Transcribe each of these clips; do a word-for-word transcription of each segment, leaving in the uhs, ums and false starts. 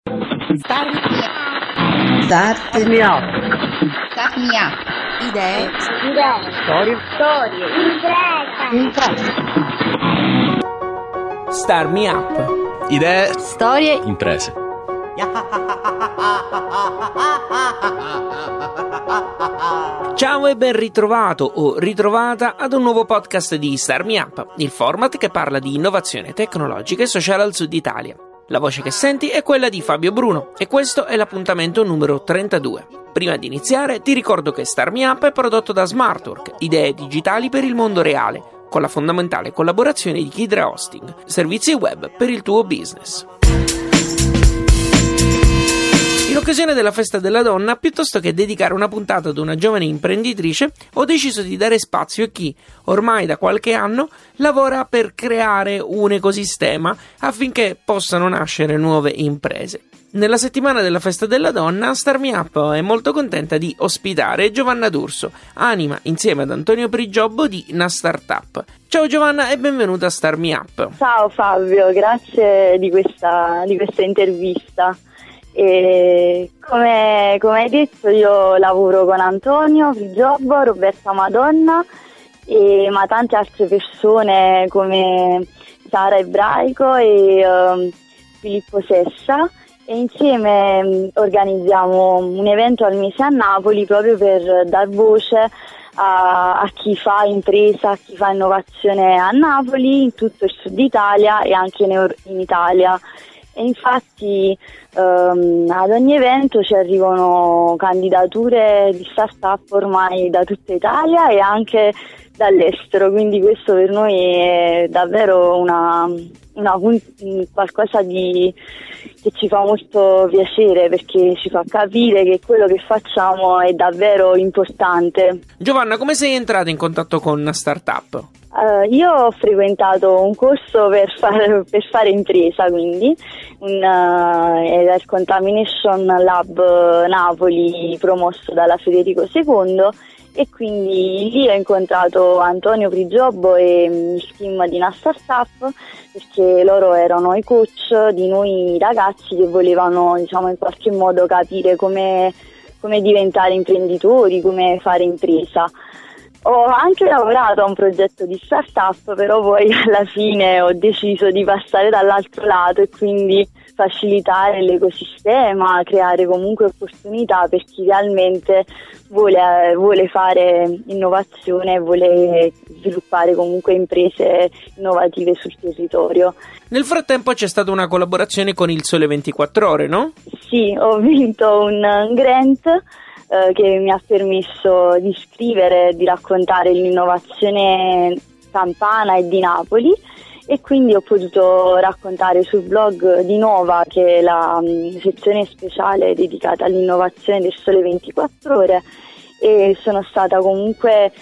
Start Start me up. Start me up. Idee. Idee. Storie. Storie. Impresa. Impresa. Start me up. Idee. Storie. Imprese. Ciao e ben ritrovato o ritrovata ad un nuovo podcast di Start Me Up, il format che parla di innovazione tecnologica e sociale al Sud Italia. La voce che senti è quella di Fabio Bruno e questo è l'appuntamento numero trentadue. Prima di iniziare ti ricordo che Start Me Up è prodotto da Smartwork, idee digitali per il mondo reale, con la fondamentale collaborazione di Kidra Hosting, servizi web per il tuo business. In occasione della festa della donna, piuttosto che dedicare una puntata ad una giovane imprenditrice, ho deciso di dare spazio a chi, ormai da qualche anno, lavora per creare un ecosistema affinché possano nascere nuove imprese. Nella settimana della festa della donna, Start Me Up è molto contenta di ospitare Giovanna D'Urso, anima insieme ad Antonio Prigiobbo di Una Startup. Ciao Giovanna e benvenuta a Start Me Up. Ciao Fabio, grazie di questa, di questa intervista. E come, come hai detto, io lavoro con Antonio Prigiobbo, Roberta Madonna e ma tante altre persone come Sara Ebraico e uh, Filippo Sessa, e insieme um, organizziamo un evento al mese a Napoli proprio per dar voce a, a chi fa impresa, a chi fa innovazione a Napoli, in tutto il Sud Italia e anche in, Euro- in Italia. E infatti um, ad ogni evento ci arrivano candidature di start-up ormai da tutta Italia e anche dall'estero, quindi questo per noi è davvero una, una qualcosa di che ci fa molto piacere, perché ci fa capire che quello che facciamo è davvero importante. Giovanna, come sei entrata in contatto con Una Startup? Uh, io ho frequentato un corso per fare, per fare impresa, quindi un, uh, era il Contamination Lab Napoli promosso dalla Federico secondo, e quindi lì ho incontrato Antonio Prigiobbo e il team di Una Startup, perché loro erano i coach di noi ragazzi che volevano, diciamo, in qualche modo capire come, come diventare imprenditori, come fare impresa. Ho anche lavorato a un progetto di startup, però poi alla fine ho deciso di passare dall'altro lato e quindi facilitare l'ecosistema, creare comunque opportunità per chi realmente vuole, vuole fare innovazione e vuole sviluppare comunque imprese innovative sul territorio. Nel frattempo c'è stata una collaborazione con Il Sole ventiquattro Ore, no? Sì, ho vinto un grant che mi ha permesso di scrivere, di raccontare l'innovazione campana e di Napoli, e quindi ho potuto raccontare sul blog di Nova, che è la um, sezione speciale dedicata all'innovazione del Sole ventiquattro Ore, e sono stata comunque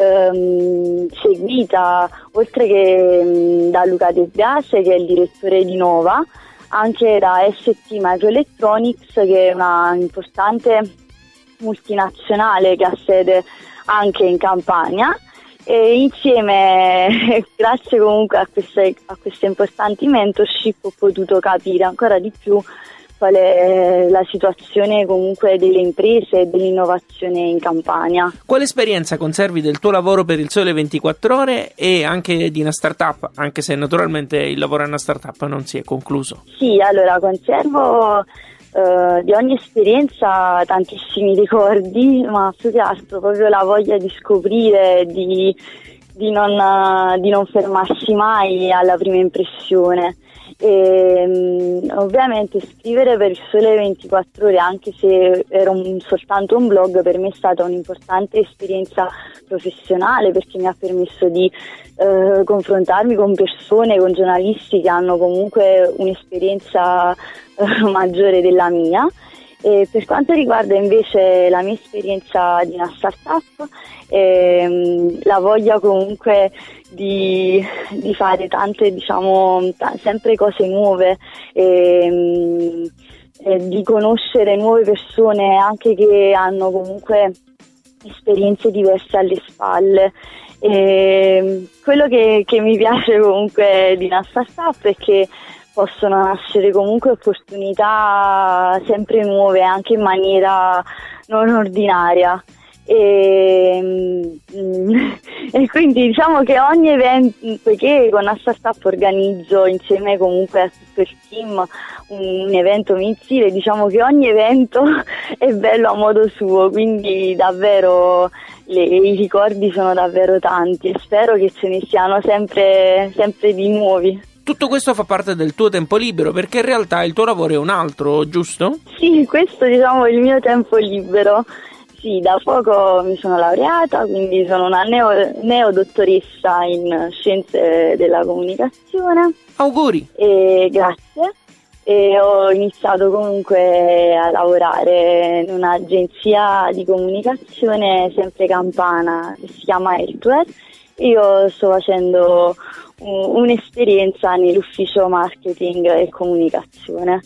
um, seguita, oltre che um, da Luca De Biase, che è il direttore di Nova, anche da S T Microelectronics, che è una importante multinazionale che ha sede anche in Campania, e insieme, grazie comunque a queste, a queste importanti mentorship, ho potuto capire ancora di più qual è la situazione comunque delle imprese e dell'innovazione in Campania. Quale esperienza conservi del tuo lavoro per Il Sole ventiquattro Ore e anche di Una Startup, anche se naturalmente il lavoro a Una Startup non si è concluso? Sì, allora conservo Uh, di ogni esperienza tantissimi ricordi, ma più che altro proprio la voglia di scoprire, di, di, non, uh, di non fermarsi mai alla prima impressione. E, um, ovviamente scrivere per Il Sole ventiquattro Ore, anche se era un, soltanto un blog, per me è stata un'importante esperienza professionale, perché mi ha permesso di uh, confrontarmi con persone, con giornalisti che hanno comunque un'esperienza maggiore della mia. E per quanto riguarda invece la mia esperienza di Una Startup, ehm, la voglia comunque di, di fare tante, diciamo, t- sempre cose nuove, ehm, e di conoscere nuove persone anche che hanno comunque esperienze diverse alle spalle. E quello che, che mi piace comunque di Una Startup è che possono nascere comunque opportunità sempre nuove, anche in maniera non ordinaria. E, e quindi diciamo che ogni evento, poiché con la startup organizzo insieme comunque a tutto il team un evento mensile, diciamo che ogni evento è bello a modo suo, quindi davvero le, i ricordi sono davvero tanti e spero che ce ne siano sempre, sempre di nuovi. Tutto questo fa parte del tuo tempo libero, perché in realtà il tuo lavoro è un altro, giusto? Sì, questo diciamo è il mio tempo libero. Sì, da poco mi sono laureata, quindi sono una neo, neodottoressa in scienze della comunicazione. Auguri! E grazie. E ho iniziato comunque a lavorare in un'agenzia di comunicazione sempre campana che si chiama Healthware. Io sto facendo un, un'esperienza nell'ufficio marketing e comunicazione.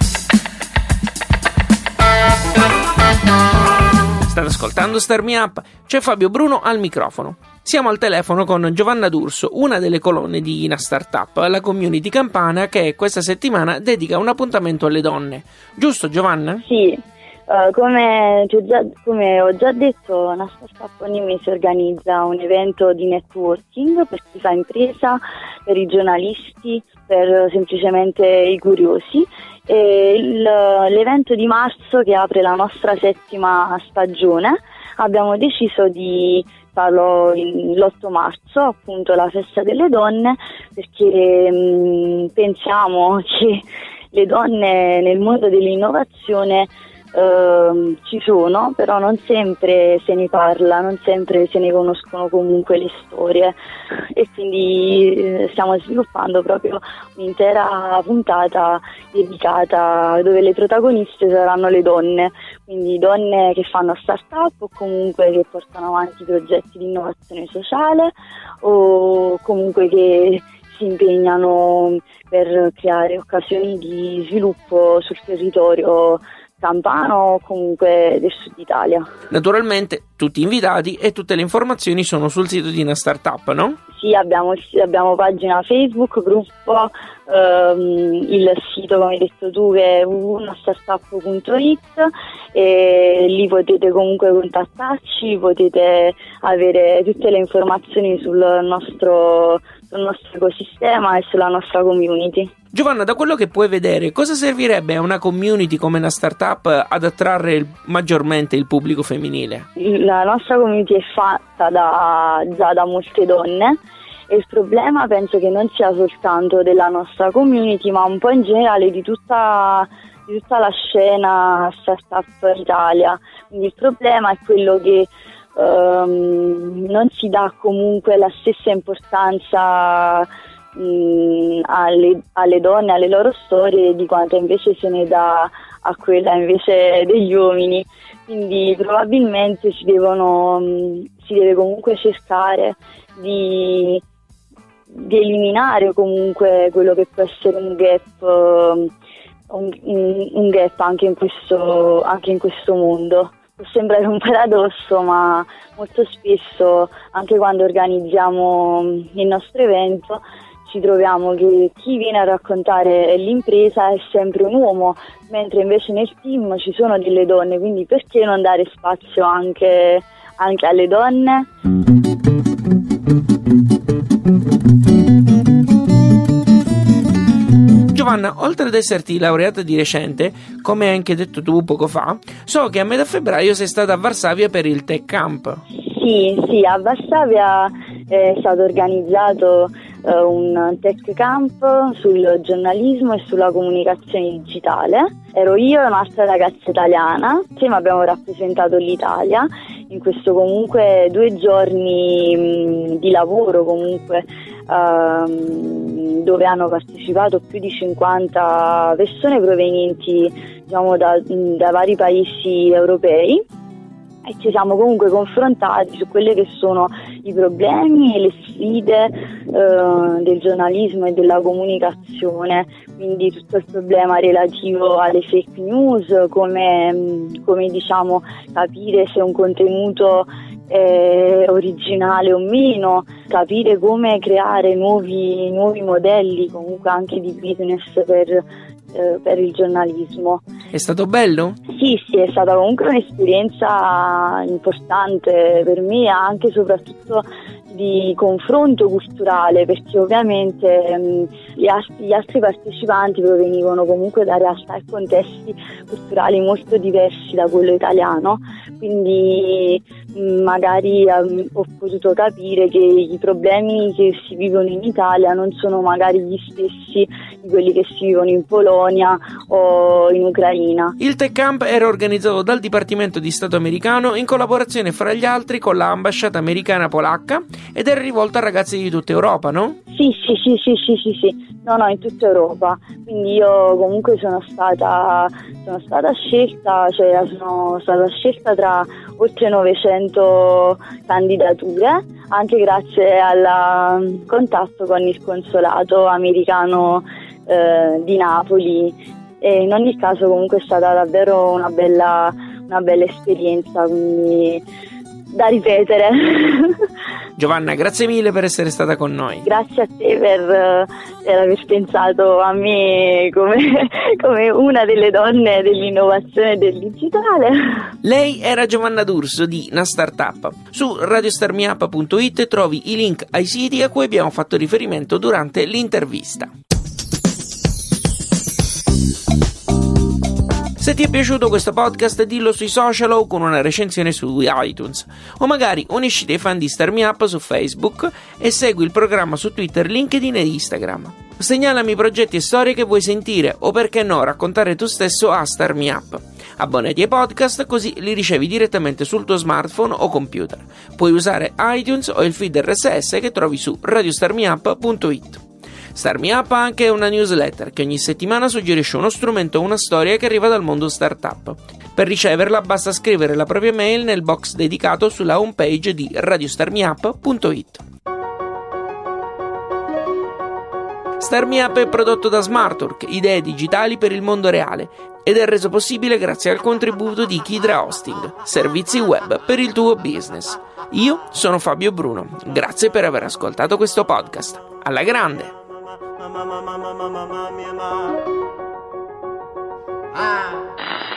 State ascoltando Start Me Up, c'è Fabio Bruno al microfono. Siamo al telefono con Giovanna D'Urso, una delle colonne di Ina Startup, la community campana che questa settimana dedica un appuntamento alle donne. Giusto, Giovanna? Sì, uh, come, già, come ho già detto, Ina Startup ogni mese organizza un evento di networking per chi fa impresa, per i giornalisti, per semplicemente i curiosi. E il, l'evento di marzo, che apre la nostra settima stagione, abbiamo deciso di farlo l'otto marzo, appunto la festa delle donne, perché mh, pensiamo che le donne nel mondo dell'innovazione Uh, ci sono, però non sempre se ne parla, non sempre se ne conoscono comunque le storie, e quindi eh, stiamo sviluppando proprio un'intera puntata dedicata, dove le protagoniste saranno le donne, quindi donne che fanno start-up o comunque che portano avanti progetti di innovazione sociale o comunque che si impegnano per creare occasioni di sviluppo sul territorio campano o comunque del sud Italia. Naturalmente tutti invitati e tutte le informazioni sono sul sito di Ina Startup, no? Sì, abbiamo, abbiamo pagina Facebook, gruppo, ehm, il sito come hai detto tu che è w w w punto startup punto i t e lì potete comunque contattarci, potete avere tutte le informazioni sul nostro, sul nostro ecosistema e sulla nostra community. Giovanna, da quello che puoi vedere, cosa servirebbe a una community come una startup ad attrarre il, maggiormente il pubblico femminile? La nostra community è fatta da, già da molte donne e il problema penso che non sia soltanto della nostra community, ma un po' in generale di tutta, di tutta la scena startup in Italia. Quindi il problema è quello che um, non si dà comunque la stessa importanza mh, alle, alle donne, alle loro storie, di quanto invece se ne dà a quella invece degli uomini. Quindi probabilmente si devono mh, si deve comunque cercare di di eliminare comunque quello che può essere un gap uh, un, un gap anche in questo anche in questo mondo. Può sembrare un paradosso, ma molto spesso anche quando organizziamo il nostro evento ci troviamo che chi viene a raccontare l'impresa è sempre un uomo, mentre invece nel team ci sono delle donne, quindi perché non dare spazio anche, anche alle donne? Giovanna, oltre ad esserti laureata di recente, come hai anche detto tu poco fa, so che a metà febbraio sei stata a Varsavia per il Tech Camp. Sì, sì, a Varsavia è stato organizzato uh, un Tech Camp sul giornalismo e sulla comunicazione digitale. Ero io e un'altra ragazza italiana, insieme abbiamo rappresentato l'Italia in questo comunque due giorni mh, di lavoro comunque uh, dove hanno partecipato più di cinquanta persone provenienti, diciamo, da, da vari paesi europei, e ci siamo comunque confrontati su quelle che sono i problemi e le sfide eh, del giornalismo e della comunicazione, quindi tutto il problema relativo alle fake news, come, come diciamo capire se un contenuto è originale o meno, capire come creare nuovi, nuovi modelli comunque anche di business per, eh, per il giornalismo. È stato bello? Sì, sì, è stata comunque un'esperienza importante per me, anche e soprattutto di confronto culturale, perché ovviamente mh, gli, altri, gli altri partecipanti provenivano comunque da realtà e contesti culturali molto diversi da quello italiano, quindi mh, magari um, ho potuto capire che i problemi che si vivono in Italia non sono magari gli stessi di quelli che si vivono in Polonia o in Ucraina. Il Tech Camp era organizzato dal Dipartimento di Stato americano in collaborazione fra gli altri con l'ambasciata americana polacca ed era rivolto a ragazzi di tutta Europa, no? Sì, sì, sì, sì, sì, sì, sì. No, no, in tutta Europa. Quindi io comunque sono stata sono stata scelta, cioè sono stata scelta tra oltre novecento candidature, anche grazie al contatto con il consolato americano eh, di Napoli. E in ogni caso comunque è stata davvero una bella, una bella esperienza, quindi da ripetere. Giovanna, grazie mille per essere stata con noi. Grazie a te per, per aver pensato a me come, come una delle donne dell'innovazione del digitale. Lei era Giovanna D'Urso di Una Startup. Su radio star me up punto it trovi i link ai siti a cui abbiamo fatto riferimento durante l'intervista. Se ti è piaciuto questo podcast, dillo sui social o con una recensione su iTunes, o magari unisciti ai fan di Star Me Up su Facebook e segui il programma su Twitter, LinkedIn e Instagram. Segnalami progetti e storie che vuoi sentire o, perché no, raccontare tu stesso a Star Me Up. Abbonati ai podcast così li ricevi direttamente sul tuo smartphone o computer. Puoi usare iTunes o il feed R S S che trovi su radio star me up punto it. Star Me Up ha anche una newsletter che ogni settimana suggerisce uno strumento o una storia che arriva dal mondo startup. Per riceverla basta scrivere la propria mail nel box dedicato sulla homepage di radio star me up punto it. Star Me Up è prodotto da Smartwork, idee digitali per il mondo reale, ed è reso possibile grazie al contributo di Kidra Hosting, servizi web per il tuo business. Io sono Fabio Bruno, grazie per aver ascoltato questo podcast. Alla grande! Ah.